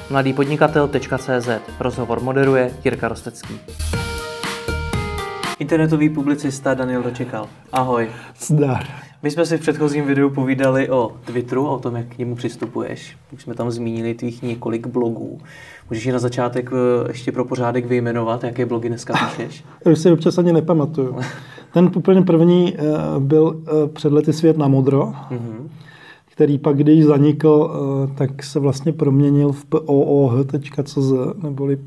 mladýpodnikatel.cz. Rozhovor moderuje Jirka Rostecký. Internetový publicista Daniel Dočekal. Ahoj. Zdar. My jsme si v předchozím videu povídali o Twitteru, o tom, jak k němu přistupuješ. Už jsme tam zmínili tvých několik blogů. Můžeš je na začátek ještě pro pořádek vyjmenovat, jaké blogy dneska píšeš? Já už si občas ani nepamatuju. Ten úplně první byl před lety Svět na modro, který pak, když zanikl, tak se vlastně proměnil v pooh.cz, neboli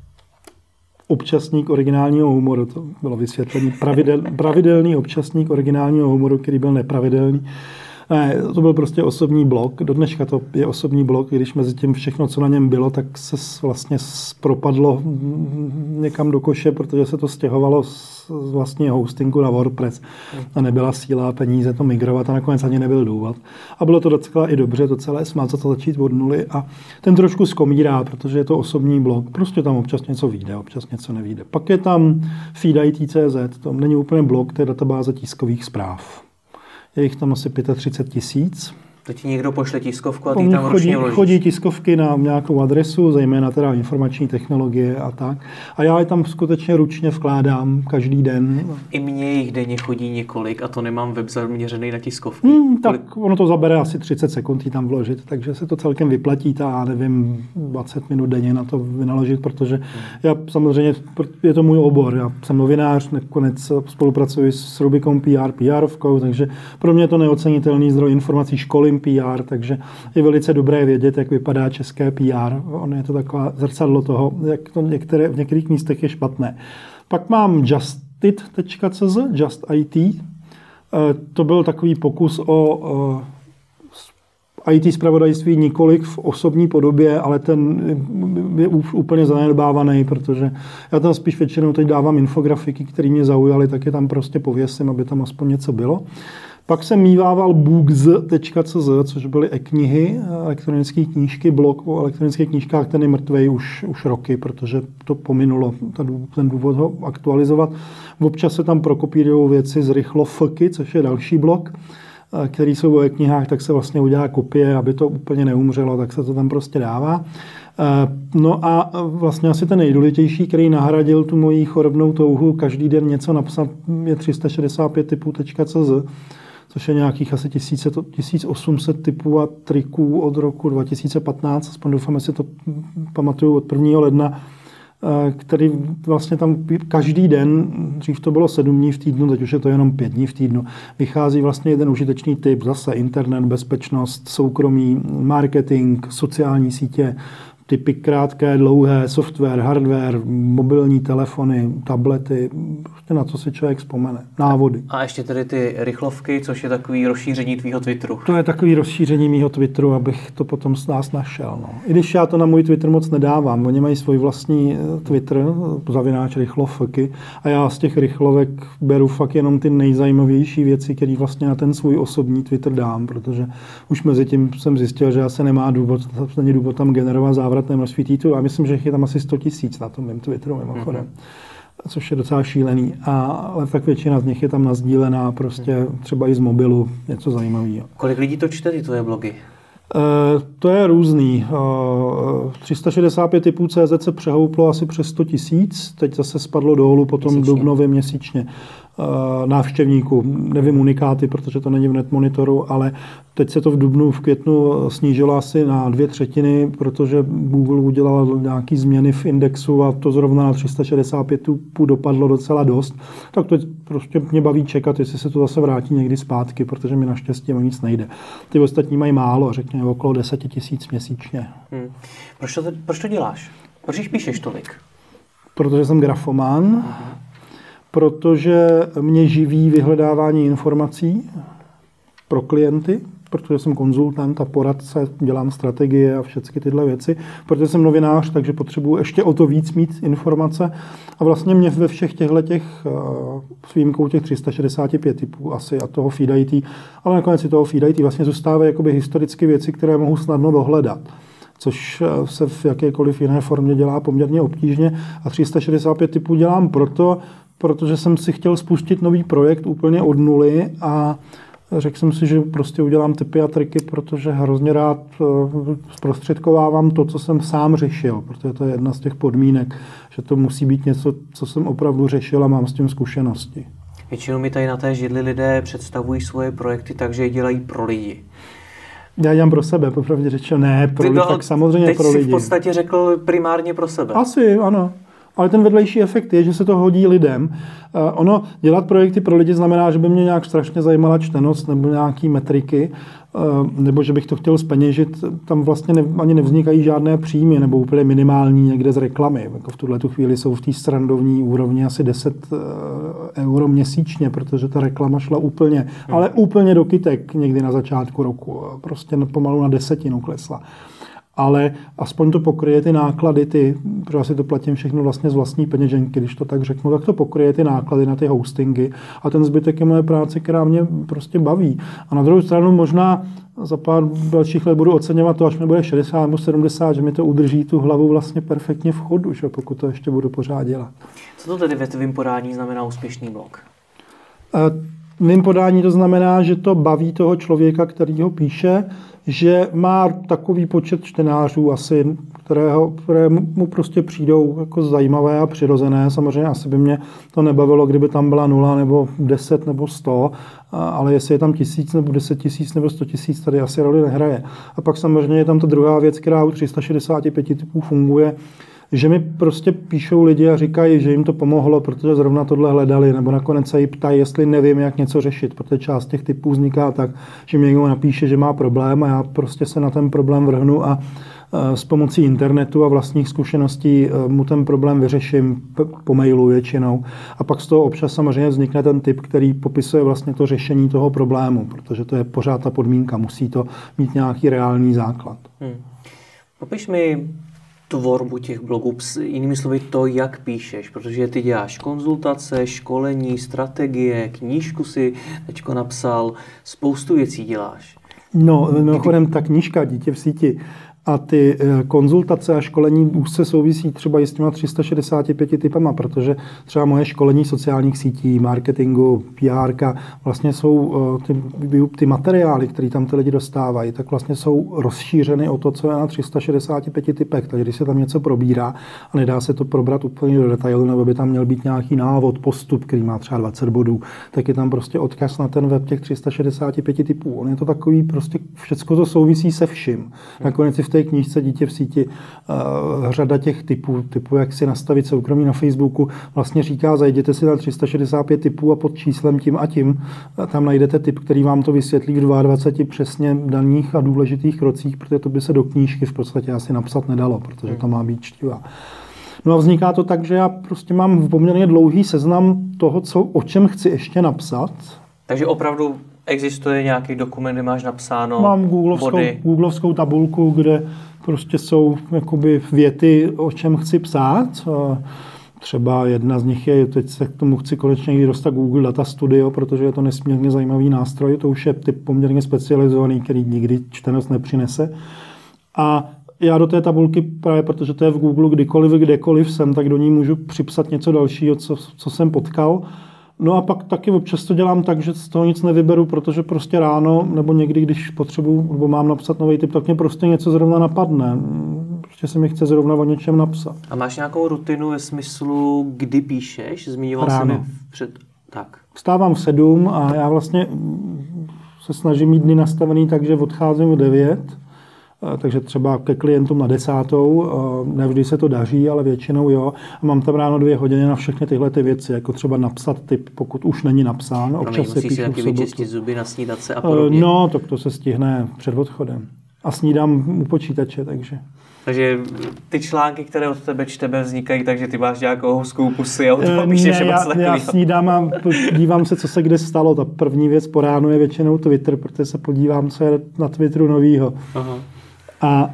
občasník originálního humoru. To bylo vysvětlení. Pravidelný občasník originálního humoru, který byl nepravidelný. Ne, to byl prostě osobní blog. Do dneška to je osobní blog, když mezi tím všechno, co na něm bylo, tak se vlastně propadlo někam do koše, protože se to stěhovalo z vlastního hostingu na WordPress a nebyla síla a peníze to migrovat a nakonec ani nebyl důvod. A bylo to docela i dobře, to celé má co to začít od nuly a ten trošku skomírá, protože je to osobní blog. Prostě tam občas něco vyjde, občas něco nevyjde. Pak je tam feed.it.cz, to není úplně blog, to je databáze tiskových zpráv. Je jich tam asi 35 000. To ti někdo pošle tiskovku a ty tam ručně vložíš. Chodí tiskovky na nějakou adresu, zejména teda informační technologie a tak. A já je tam skutečně ručně vkládám každý den. I mně jich denně chodí několik a to nemám web zaměřený na tiskovky. Tak ono to zabere asi 30 sekund tam vložit, takže se to celkem vyplatí, já nevím, 20 minut denně na to vynaložit, protože já samozřejmě, je to můj obor, já jsem novinář, nakonec spolupracuji s Rubicon PR-ovkou, takže pro mě je to neocenitelný zdroj informací, školím PR, takže je velice dobré vědět, jak vypadá české PR. Ono je to taková zrcadlo toho, jak to v některých místech je špatné. Pak mám justit.cz, Just IT. To byl takový pokus o IT zpravodajství nikoliv v osobní podobě, ale ten je už úplně zanedbávaný, protože já tam spíš většinou teď dávám infografiky, které mě zaujaly, tak je tam prostě pověsím, aby tam aspoň něco bylo. Pak jsem mívával books.cz, což byly e-knihy, elektronické knížky, blog o elektronických knížkách, ten je mrtvej už roky, protože to pominulo, ten důvod ho aktualizovat. Občas se tam prokopírují věci z Rychlo.fky, což je další blog, který jsou o e-knihách, tak se vlastně udělá kopie, aby to úplně neumřelo, tak se to tam prostě dává. No a vlastně asi ten nejdůležitější, který nahradil tu moji chorobnou touhu každý den něco napsat, je 365 typů.cz, což je nějakých asi 1800 typů a triků od roku 2015, aspoň doufám, si to pamatuju od 1. ledna, který vlastně tam každý den, dřív to bylo 7 dní v týdnu, teď už je to jenom 5 dní v týdnu, vychází vlastně jeden užitečný tip, zase internet, bezpečnost, soukromí, marketing, sociální sítě, typy krátké, dlouhé, software, hardware, mobilní telefony, tablety, prostě na co si člověk vzpomene, návody. A ještě tedy ty rychlovky, což je takový rozšíření tvýho Twitteru. To je takový rozšíření mýho Twitteru, abych to potom s nás našel. No. I když já to na můj Twitter moc nedávám, oni mají svůj vlastní Twitter, @ rychlovky, a já z těch rychlovek beru fakt jenom ty nejzajímavější věci, které vlastně na ten svůj osobní Twitter dám, protože už mezi tím jsem zjistil, že asi není důvod tam generovat závratné množství tweetů, a myslím, že je tam asi 100 000 na tom mém Twitteru mimochodem. Což je docela šílený, ale tak většina z nich je tam nasdílená prostě třeba i z mobilu, něco zajímavého. Kolik lidí to čte ty tvoje blogy? To je různý. 365 typů CZ se přehouplo asi přes 100 000, teď zase spadlo dolů potom dubnově měsíčně návštěvníků. Nevím unikáty, protože to není v netmonitoru, ale teď se to v dubnu, v květnu snížilo asi na 2/3, protože Google udělal nějaký změny v indexu a to zrovna na 365 typů dopadlo docela dost. Tak to prostě mě baví čekat, jestli se to zase vrátí někdy zpátky, protože mi naštěstí o nic nejde. Ty ostatní mají málo, řekněme okolo 10 000 měsíčně. Proč to děláš? Proč jich píšeš tolik? Protože jsem grafomán. Protože mě živí vyhledávání informací pro klienty, protože jsem konzultant a poradce, dělám strategie a všechny tyhle věci, protože jsem novinář, takže potřebuji ještě o to víc mít informace a vlastně mě ve všech těchto s výjimkou těch 365 typů asi a toho feed.it, ale nakonec i toho feed.it vlastně zůstávají jakoby historicky věci, které mohu snadno dohledat, což se v jakékoliv jiné formě dělá poměrně obtížně a 365 typů dělám protože jsem si chtěl spustit nový projekt úplně od nuly a Řekl jsem si, že prostě udělám tipy a triky, protože hrozně rád zprostředkovávám to, co jsem sám řešil, protože to je jedna z těch podmínek, že to musí být něco, co jsem opravdu řešil a mám s tím zkušenosti. Většinou mi tady na té židli lidé představují svoje projekty tak, že je dělají pro lidi. Já dělám pro sebe, popravdě řečeno. Ne, pro lidi, tak samozřejmě pro lidi. Teď jsi v podstatě řekl primárně pro sebe. Asi, ano. Ale ten vedlejší efekt je, že se to hodí lidem. Ono, dělat projekty pro lidi znamená, že by mě nějak strašně zajímala čtenost nebo nějaký metriky, nebo že bych to chtěl zpeněžit. Tam vlastně ani nevznikají žádné příjmy, nebo úplně minimální někde z reklamy. Jako v tuhletu chvíli jsou v té srandovní úrovni asi 10 euro měsíčně, protože ta reklama šla úplně, ale úplně do kytek někdy na začátku roku. Prostě pomalu na 10 klesla. Ale aspoň to pokryje ty náklady, protože já si to platím všechno vlastně z vlastní peněženky, když to tak řeknu, tak to pokryje ty náklady na ty hostingy a ten zbytek je moje práce, která mě prostě baví. A na druhou stranu možná za pár dalších let budu oceňovat to, až mi bude 60 nebo 70, že mi to udrží tu hlavu vlastně perfektně v chodu, že pokud to ještě budu pořád dělat. Co to tedy ve tvým podání znamená úspěšný blog? V mým podání to znamená, že to baví toho člověka, který ho píše, že má takový počet čtenářů asi, které mu prostě přijdou jako zajímavé a přirozené. Samozřejmě asi by mě to nebavilo, kdyby tam byla 0 nebo 10 nebo 100, ale jestli je tam 1000 nebo 10 000 nebo 100 000, tady asi roli nehraje. A pak samozřejmě je tam ta druhá věc, která u 365 typů funguje, že mi prostě píšou lidi a říkají, že jim to pomohlo, protože zrovna tohle hledali, nebo nakonec se jí ptají, jestli nevím, jak něco řešit, protože část těch typů vzniká tak, že mi někdo napíše, že má problém a já prostě se na ten problém vrhnu a s pomocí internetu a vlastních zkušeností mu ten problém vyřeším po mailu většinou. A pak z toho občas samozřejmě vznikne ten typ, který popisuje vlastně to řešení toho problému, protože to je pořád ta podmínka, musí to mít nějaký reálný základ. Popiš mi tvorbu těch blogů, jinými slovy to, jak píšeš, protože ty děláš konzultace, školení, strategie, knížku si teďko napsal, spoustu věcí děláš. No, mimochodem ta knížka Dítě v síti a ty konzultace a školení úzce souvisí třeba i s těma 365 typama, protože třeba moje školení sociálních sítí, marketingu, PR, vlastně jsou ty materiály, které tam ty lidi dostávají, tak vlastně jsou rozšířeny o to, co je na 365 typech. Takže když se tam něco probírá a nedá se to probrat úplně do detailu, nebo by tam měl být nějaký návod, postup, který má třeba 20 bodů, tak je tam prostě odkaz na ten web těch 365 typů. On je to takový, prostě všecko to souvisí se vším. Nakonec v té knížce Dítě v síti řada těch typů, jak si nastavit soukromí na Facebooku, vlastně říká, zajděte si na 365 typů a pod číslem tím a tím. Tam najdete typ, který vám to vysvětlí v 22 přesně daných a důležitých krocích, protože to by se do knížky v podstatě asi napsat nedalo, protože to má být čtivá. No a vzniká to tak, že já prostě mám poměrně dlouhý seznam toho, o čem chci ještě napsat. Takže opravdu existuje nějaký dokument, kde máš napsáno Mám body? googlovskou tabulku, kde prostě jsou jakoby věty, o čem chci psát. Třeba jedna z nich je, teď se k tomu chci konečně někdy dostat Google Data Studio, protože je to nesmírně zajímavý nástroj. To už je typ poměrně specializovaný, který nikdy čtenost nepřinese. A já do té tabulky právě, protože to je v Google kdykoliv, kdekoliv jsem, tak do ní můžu připsat něco dalšího, co jsem potkal. No a pak taky občas to dělám tak, že z toho nic nevyberu, protože prostě ráno, nebo někdy, když potřebuji, nebo mám napsat nový tip, tak mě prostě něco zrovna napadne. Prostě se mi chce zrovna o něčem napsat. A máš nějakou rutinu ve smyslu, kdy píšeš? Zmiňoval jsem mi tak. Vstávám v 7 a já vlastně se snažím mít dny nastavený tak, že odcházím v 9, takže třeba ke klientům na 10. Nevždy se to daří, ale většinou jo. A mám tam ráno 2 hodiny na všechny tyhle ty věci, jako třeba napsat tip, pokud už není napsán. Občas se píšu si taky vyčistit zuby, nasnídat se a podobně. No, tak to se stihne před odchodem. A snídám u počítače, takže... Takže ty články, které od tebe vznikají, takže ty máš nějakou houskou pusy a o tom píšeš moc takový. Já snídám a dívám se, co se kde stalo. Ta první věc po ránu je většinou Twitter, protože se podívám, co je na Twitteru novýho. Aha. A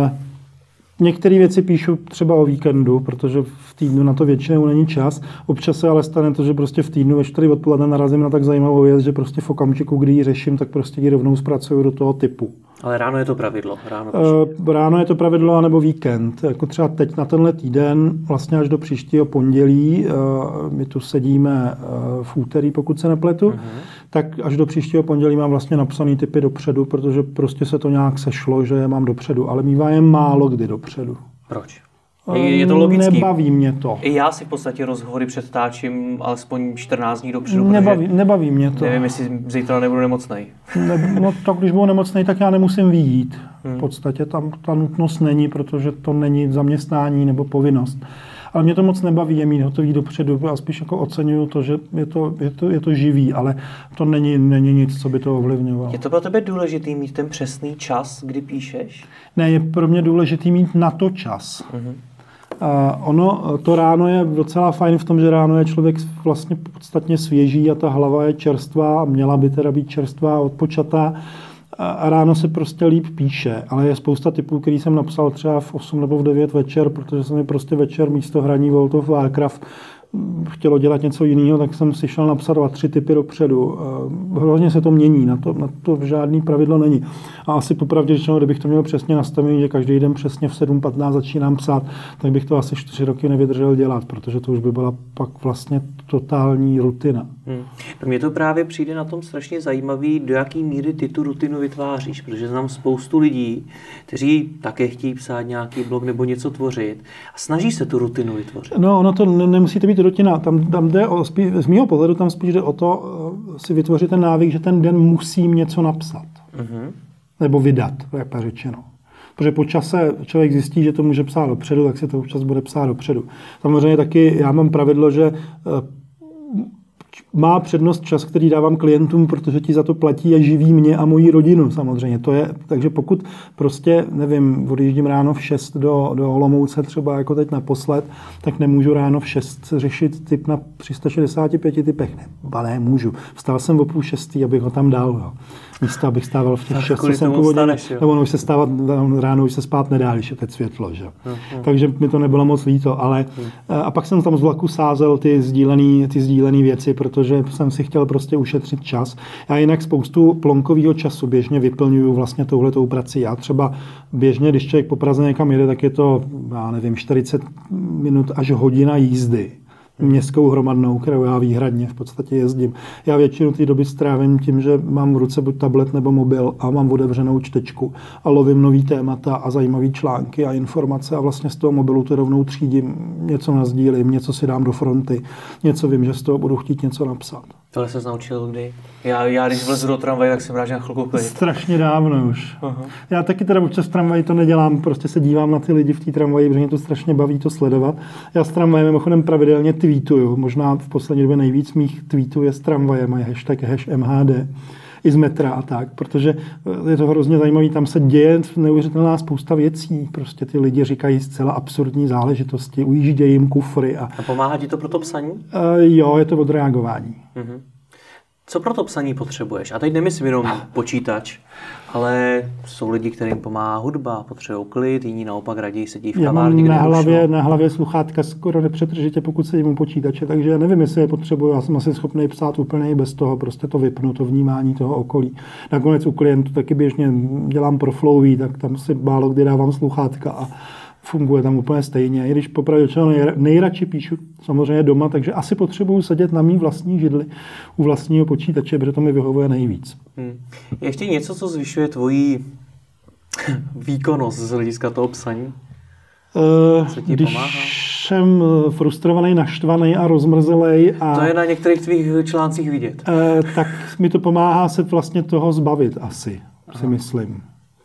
některé věci píšu třeba o víkendu, protože v týdnu na to většinou není čas. Občas se ale stane to, že prostě v týdnu ve 4 odpoledne narazím na tak zajímavou věc, že prostě v okamžiku, kdy ji řeším, tak prostě ji rovnou zpracuju do toho typu. Ale ráno je to pravidlo. Ráno je to pravidlo, anebo víkend. Jako třeba teď na tenhle týden, vlastně až do příštího pondělí, my tu sedíme v úterý, pokud se nepletu, tak až do příštího pondělí mám vlastně napsaný typy dopředu, protože prostě se to nějak sešlo, že je mám dopředu, ale mívá je málo kdy dopředu. Proč? Je to logický. Nebaví mě to. I já si v podstatě rozhovory předtáčím alespoň 14 dní dopředu, nebaví mě to. Nevím, jestli zítra nebudu nemocnej. No tak když budu nemocnej, tak já nemusím vyjít. V podstatě tam ta nutnost není, protože to není zaměstnání nebo povinnost. Ale mě to moc nebaví je mít hotový dopředu. Já spíš jako oceňuju to, že je to živý, ale to není nic, co by to ovlivňovalo. Je to pro tebe důležitý mít ten přesný čas, kdy píšeš? Ne, je pro mě důležitý mít na to čas. To ráno je docela fajn v tom, že ráno je člověk vlastně podstatně svěží a ta hlava je čerstvá, měla by teda být čerstvá, odpočatá a ráno se prostě líp píše, ale je spousta typů, který jsem napsal třeba v 8 nebo v 9 večer, protože jsem mi prostě večer místo hraní World of Warcraft chtělo dělat něco jiného, tak jsem si šel napsat 2-3 typy dopředu. Hrozně se to mění, na to žádný pravidlo není. A asi popravdě řečeno, kdybych to měl přesně nastavený, že každý den přesně v 7:15 začínám psát, tak bych to asi 4 roky nevydržel dělat, protože to už by byla pak vlastně totální rutina. Mně to právě přijde na tom strašně zajímavý, do jaký míry ty tu rutinu vytváříš, protože znám spoustu lidí, kteří také chtějí psát nějaký blog nebo něco tvořit a snaží se tu rutinu vytvořit. No, ono to nemusí to být rutina. Tam jde z mého pohledu tam spíš jde o to si vytvořit ten návyk, že ten den musím něco napsat. Nebo vydat, jak řečeno. Protože po čase člověk zjistí, že to může psát dopředu, tak se to občas bude psát dopředu. Samozřejmě taky já mám pravidlo, že má přednost čas, který dávám klientům, protože ti za to platí a živí mě a moji rodinu samozřejmě. Takže pokud prostě, nevím, odjíždím ráno v 6 do Olomouce třeba jako teď naposled, tak nemůžu ráno v 6 řešit typ na 365 typech. Ne, můžu. Vstal jsem o 5:30, abych ho tam dal. Jo. Místo, abych stával v těch 6, co jsem původně. Nebo už se stávat ráno, už se spát nedá, když je teď světlo. Že? Takže mi to nebylo moc líto. Ale, a pak jsem tam z vlaku sázel ty sdílené věci, protože jsem si chtěl prostě ušetřit čas. Já jinak spoustu plonkového času běžně vyplňuju vlastně touhletou prací. Já třeba běžně, když člověk po Praze někam jede, tak je to, já nevím, 40 minut až hodina jízdy. Městskou hromadnou, kterou já výhradně v podstatě jezdím. Já většinu té doby strávím tím, že mám v ruce buď tablet nebo mobil a mám otevřenou čtečku a lovím nový témata a zajímavý články a informace a vlastně z toho mobilu to rovnou třídím, něco nasdílím, něco si dám do fronty, něco vím, že z toho budu chtít něco napsat. Tohle se naučil kdy? Já když vlezu do tramvaje, tak jsem rád, že na chvilku klid. Strašně dávno už. Já taky teda občas v tramvaji to nedělám, prostě se dívám na ty lidi v té tramvaji, protože mě to strašně baví to sledovat. Já s tramvajem mimochodem pravidelně tweetuju, možná v poslední době nejvíc mých tweetů je s tramvajem, je #MHD. I z metra a tak, protože je to hrozně zajímavý, tam se děje neuvěřitelná spousta věcí, prostě ty lidi říkají zcela absurdní záležitosti, ujíždějí jim kufry. A pomáhá ti to pro to psaní? Jo, je to odreagování. Co pro to psaní potřebuješ? A teď nemyslím jenom počítač, ale jsou lidi, kterým pomáhá hudba, potřebují klid, jiní naopak raději sedí v kavárně. Na hlavě sluchátka skoro nepřetržitě, pokud sedím u počítače, takže já nevím, jestli je potřebuju. Já jsem asi schopný psát úplně i bez toho, prostě to vypnu, to vnímání toho okolí. Nakonec u klientů taky běžně dělám pro Flowy, tak tam si málo kdy dávám sluchátka a funguje tam úplně stejně. I když popravdě nejradši píšu samozřejmě doma, takže asi potřebuju sedět na mý vlastní židli u vlastního počítače, protože to mi vyhovuje nejvíc. Je ještě něco, co zvyšuje tvoji výkonnost z hlediska toho psaní? Když jsem frustrovaný, naštvaný a rozmrzelej. To je na některých tvých článcích vidět. Tak mi to pomáhá se vlastně toho zbavit asi, si myslím.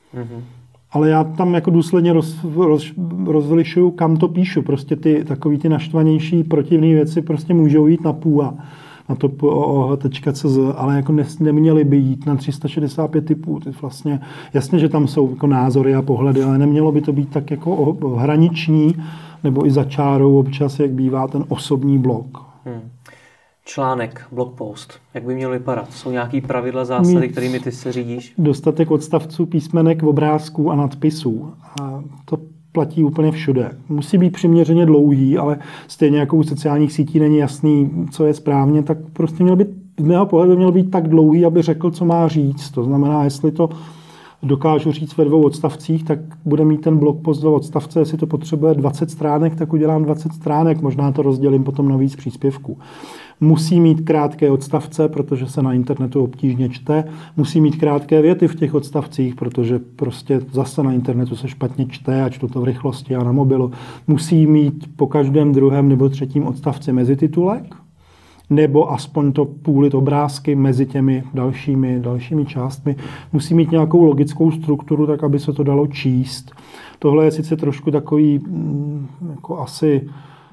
Ale já tam jako důsledně rozlišuju, kam to píšu. Prostě takový ty naštvanější protivné věci prostě můžou jít na půl na to .cz, ale jako neměly by jít na 365 typů. Vlastně, jasně, že tam jsou jako názory a pohledy, ale nemělo by to být tak jako hraniční, nebo i za čárou občas, jak bývá ten osobní blog. Článek, blogpost, jak by měl vypadat? Jsou nějaký pravidla, zásady, kterými ty se řídíš? Dostatek odstavců, písmenek, obrázků a nadpisů. A to platí úplně všude. Musí být přiměřeně dlouhý, ale stejně jako u sociálních sítí není jasný, co je správně, tak prostě měl být, z mého pohledu měl být tak dlouhý, aby řekl, co má říct. To znamená, jestli to dokážu říct ve 2 odstavcích, tak bude mít ten blog post 2 odstavce, jestli to potřebuje 20 stránek, tak udělám 20 stránek, možná to rozdělím potom na víc příspěvků. Musí mít krátké odstavce, protože se na internetu obtížně čte. Musí mít krátké věty v těch odstavcích, protože prostě zase na internetu se špatně čte a čtu to v rychlosti a na mobilu. Musí mít po každém 2. nebo 3. odstavci mezititulek, nebo aspoň to půlit obrázky mezi těmi dalšími částmi. Musí mít nějakou logickou strukturu, tak aby se to dalo číst. Tohle je sice trošku takový jako asi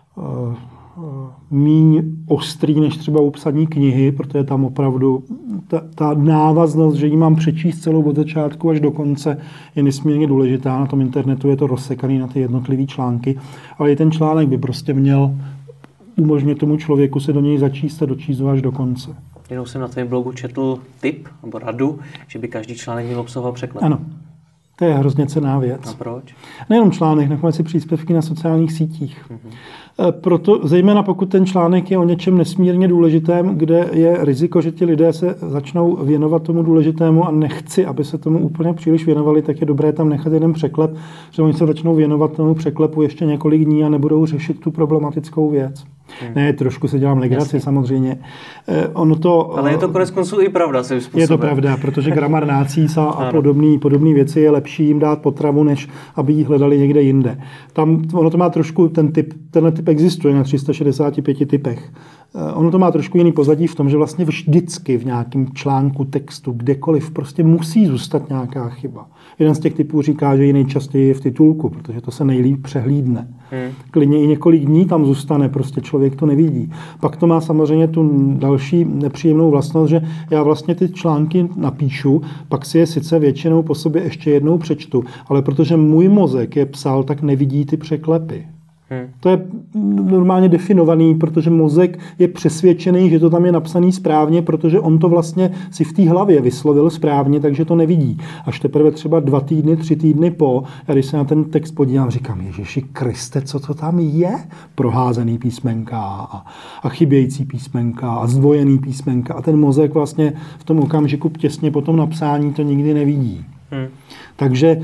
míň ostrý než třeba u psaní knihy, protože tam opravdu ta návaznost, že ji mám přečíst celou od začátku až do konce, je nesmírně důležitá. Na tom internetu je to rozsekaný na ty jednotlivé články, ale i ten článek by prostě měl umožnit tomu člověku se do něj začíst a dočíst až do konce. Jenom jsem na tvém blogu četl tip nebo radu, že by každý článek měl obsahovat překlep. Ano. To je hrozně cenná věc. A proč? Nejenom článek, nakonec i příspěvky na sociálních sítích. Proto, zejména pokud ten článek je o něčem nesmírně důležitém, kde je riziko, že ti lidé se začnou věnovat tomu důležitému a nechci, aby se tomu úplně příliš věnovali, tak je dobré tam nechat jeden překlep, že oni se začnou věnovat tomu překlepu ještě několik dní a nebudou řešit tu problematickou věc. Ne, trošku se dělám legraci, samozřejmě. Ale je to koneckonců i pravda svým způsobem. Je to pravda, protože gramar nácís a podobné věci je lepší jim dát potravu, než aby ji hledali někde jinde. Tam ono to má trošku, tenhle typ existuje na 365 typech. Ono to má trošku jiný pozadí v tom, že vlastně vždycky v nějakém článku, textu, kdekoliv prostě musí zůstat nějaká chyba. Jeden z těch typů říká, že ji nejčastěji je v titulku, protože to se nejlíp přehlídne. Klidně i několik dní tam zůstane, prostě člověk to nevidí. Pak to má samozřejmě tu další nepříjemnou vlastnost, že já vlastně ty články napíšu, pak si je sice většinou po sobě ještě jednou přečtu, ale protože můj mozek je psal, tak nevidí ty překlepy. To je normálně definovaný, protože mozek je přesvědčený, že to tam je napsaný správně, protože on to vlastně si v té hlavě vyslovil správně, takže to nevidí. Až teprve třeba 2 týdny, 3 týdny po, a když se na ten text podívám, říkám, Ježiši Kriste, co to tam je? Proházený písmenka a chybějící písmenka a zdvojený písmenka. A ten mozek vlastně v tom okamžiku těsně po tom napsání to nikdy nevidí. Takže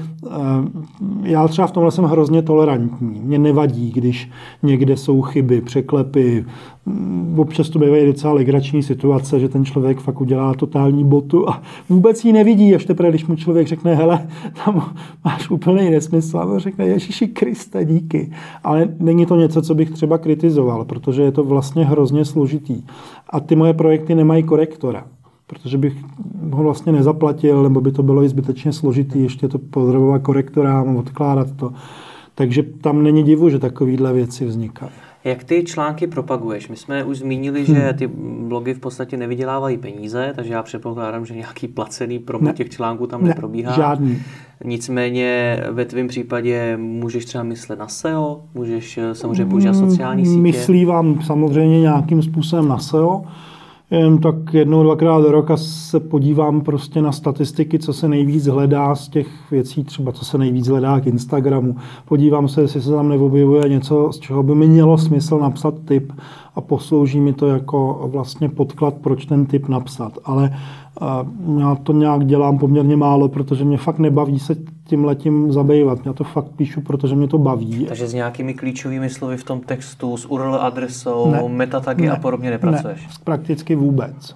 já třeba v tomhle jsem hrozně tolerantní. Mně nevadí, když někde jsou chyby, překlepy. Občas to bývají docela legrační situace, že ten člověk fakt udělá totální botu a vůbec ji nevidí, až teprve, když mu člověk řekne, hele, tam máš úplný nesmysl, a řekne, Ježiši Kriste, díky. Ale není to něco, co bych třeba kritizoval, protože je to vlastně hrozně složitý. A ty moje projekty nemají korektora, protože bych ho vlastně nezaplatil, nebo by to bylo i zbytečně složitý, ještě to podrobovat korektorám, odkládat to. Takže tam není divu, že takovéhle věci vznikají. Jak ty články propaguješ? My jsme už zmínili, že ty blogy v podstatě nevydělávají peníze, takže já předpokládám, že nějaký placený promo těch článků tam neprobíhá. Žádný. Nicméně ve tvém případě můžeš třeba myslet na SEO, můžeš samozřejmě používat sociální sítě. Myslí vám samozřejmě nějakým způsobem na SEO. Jen tak 1-2krát do roka se podívám prostě na statistiky, co se nejvíc hledá z těch věcí, třeba co se nejvíc hledá k Instagramu. Podívám se, jestli se tam neobjevuje něco, z čeho by mi mělo smysl napsat tip a poslouží mi to jako vlastně podklad, proč ten tip napsat. Ale já to nějak dělám poměrně málo, protože mě fakt nebaví se tímhletím zabývat. Já to fakt píšu, protože mě to baví. Takže s nějakými klíčovými slovy v tom textu, s URL adresou, metatagy a podobně nepracuješ? Ne, prakticky vůbec.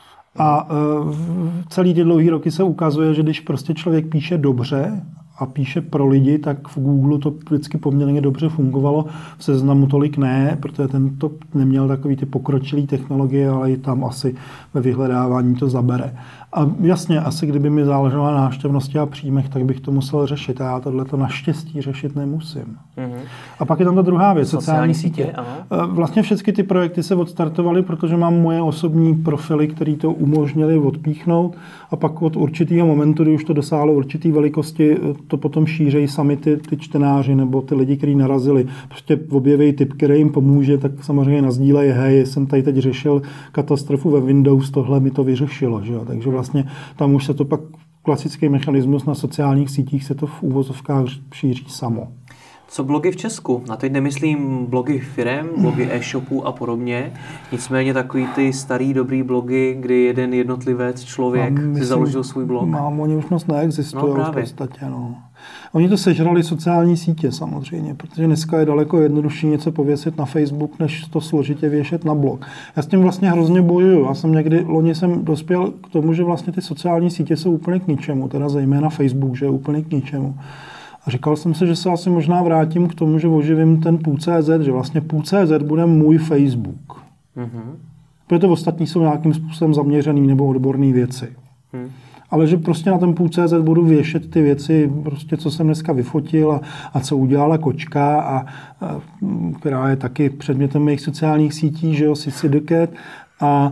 A celý ty dlouhý roky se ukazuje, že když prostě člověk píše dobře a píše pro lidi, tak v Google to vždycky poměrně dobře fungovalo. V Seznamu tolik ne, protože ten to neměl takový ty pokročilý technologie, ale i tam asi ve vyhledávání to zabere. A jasně, asi kdyby mi záleželo na návštěvnosti a příjmech, tak bych to musel řešit. A já tohleto naštěstí řešit nemusím. Mm-hmm. A pak je tam ta druhá věc, sociální sítě. Vlastně všechny ty projekty se odstartovaly, protože mám moje osobní profily, které to umožnili odpíchnout, a pak od určitého momentu, kdy už to dosáhlo určitý velikosti, to potom šířejí sami ty čtenáři nebo ty lidi, kteří narazili. Prostě objeví tip, který jim pomůže, tak samozřejmě nazdílejí, hej, jsem tady teď řešil katastrofu ve Windows, tohle mi to vyřešilo. Že jo? Takže vlastně tam už se to pak klasický mechanismus na sociálních sítích se to v úvozovkách šíří samo. Co blogy v Česku? A teď nemyslím blogy firem, blogy e-shopů a podobně. Nicméně takový ty starý dobrý blogy, kdy jeden jednotlivec, člověk si založil svůj blog. Oni už moc neexistují v podstatě. No. Oni to sežrali sociální sítě samozřejmě, protože dneska je daleko jednodušší něco pověsit na Facebook, než to složitě věšet na blog. Já s tím vlastně hrozně bojuju. Já jsem loni jsem dospěl k tomu, že vlastně ty sociální sítě jsou úplně k ničemu, teda zejména Facebook, že je úplně k ničemu. A říkal jsem si, že se asi možná vrátím k tomu, že oživím ten .cz, že vlastně .cz bude můj Facebook. Protože ostatní jsou nějakým způsobem zaměřený nebo odborné věci. Ale že prostě na ten .cz budu věšet ty věci, prostě, co jsem dneska vyfotil a co udělala kočka, která je taky předmětem mých sociálních sítí, že jo, Sissidycat. A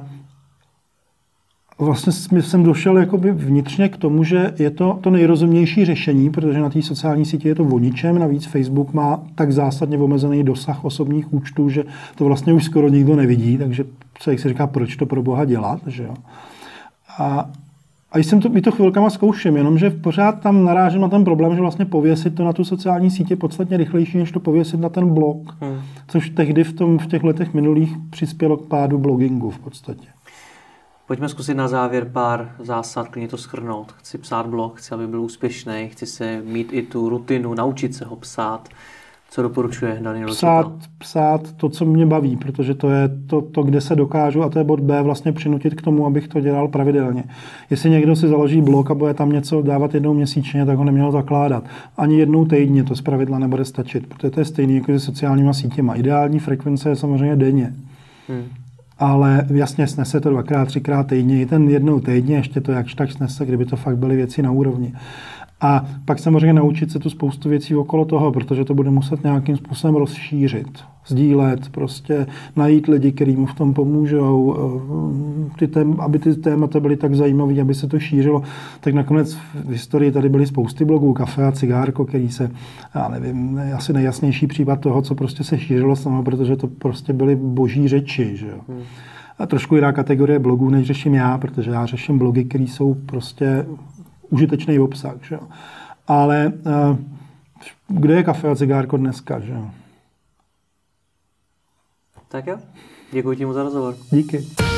vlastně jsem došel jakoby vnitřně k tomu, že je to nejrozumnější řešení, protože na té sociální síti je to o ničem. Navíc Facebook má tak zásadně omezený dosah osobních účtů, že to vlastně už skoro nikdo nevidí, takže člověk si říká, proč to pro boha dělat, že jo. A jsem to chvilkama zkouším, jenomže pořád tam narážím na ten problém, že vlastně pověsit to na tu sociální sítě je podstatně rychlejší, než to pověsit na ten blog. Což tehdy v těch letech minulých přispělo k pádu blogingu v podstatě. Pojďme zkusit na závěr pár zásad, klidně to shrnout. Chci psát blog, chci, aby byl úspěšný, chci se mít i tu rutinu, naučit se ho psát. Co doporučuje Daniel? Psát to, co mě baví, protože to je to, kde se dokážu, a to je bod B, vlastně přinutit k tomu, abych to dělal pravidelně. Jestli někdo si založí blog a bude tam něco dávat jednou měsíčně, tak ho neměl zakládat. Ani jednou týdně to zpravidla nebude stačit, protože to je stejný jako se sociálníma sítěma. Ideální frekvence je samozřejmě denně. Ale jasně snese to 2x, 3x týdně, i ten jednou týdně, ještě to jakž tak snese, kdyby to fakt byly věci na úrovni. A pak samozřejmě naučit se tu spoustu věcí okolo toho, protože to bude muset nějakým způsobem rozšířit, sdílet, prostě najít lidi, kteří mu v tom pomůžou, aby ty témata byly tak zajímavé, aby se to šířilo. Tak nakonec v historii tady byly spousty blogů, Kafe a cigárko, který se, já nevím, asi nejjasnější případ toho, co prostě se šířilo samo, protože to prostě byly boží řeči, že jo. A trošku jiná kategorie blogů, než řeším já, protože já řeším blogy, které jsou prostě užitečný obsah, že jo. Ale kde je Kafe a cigárko dneska, že jo? Tak jo, děkuji ti moc za rozhovor. Díky.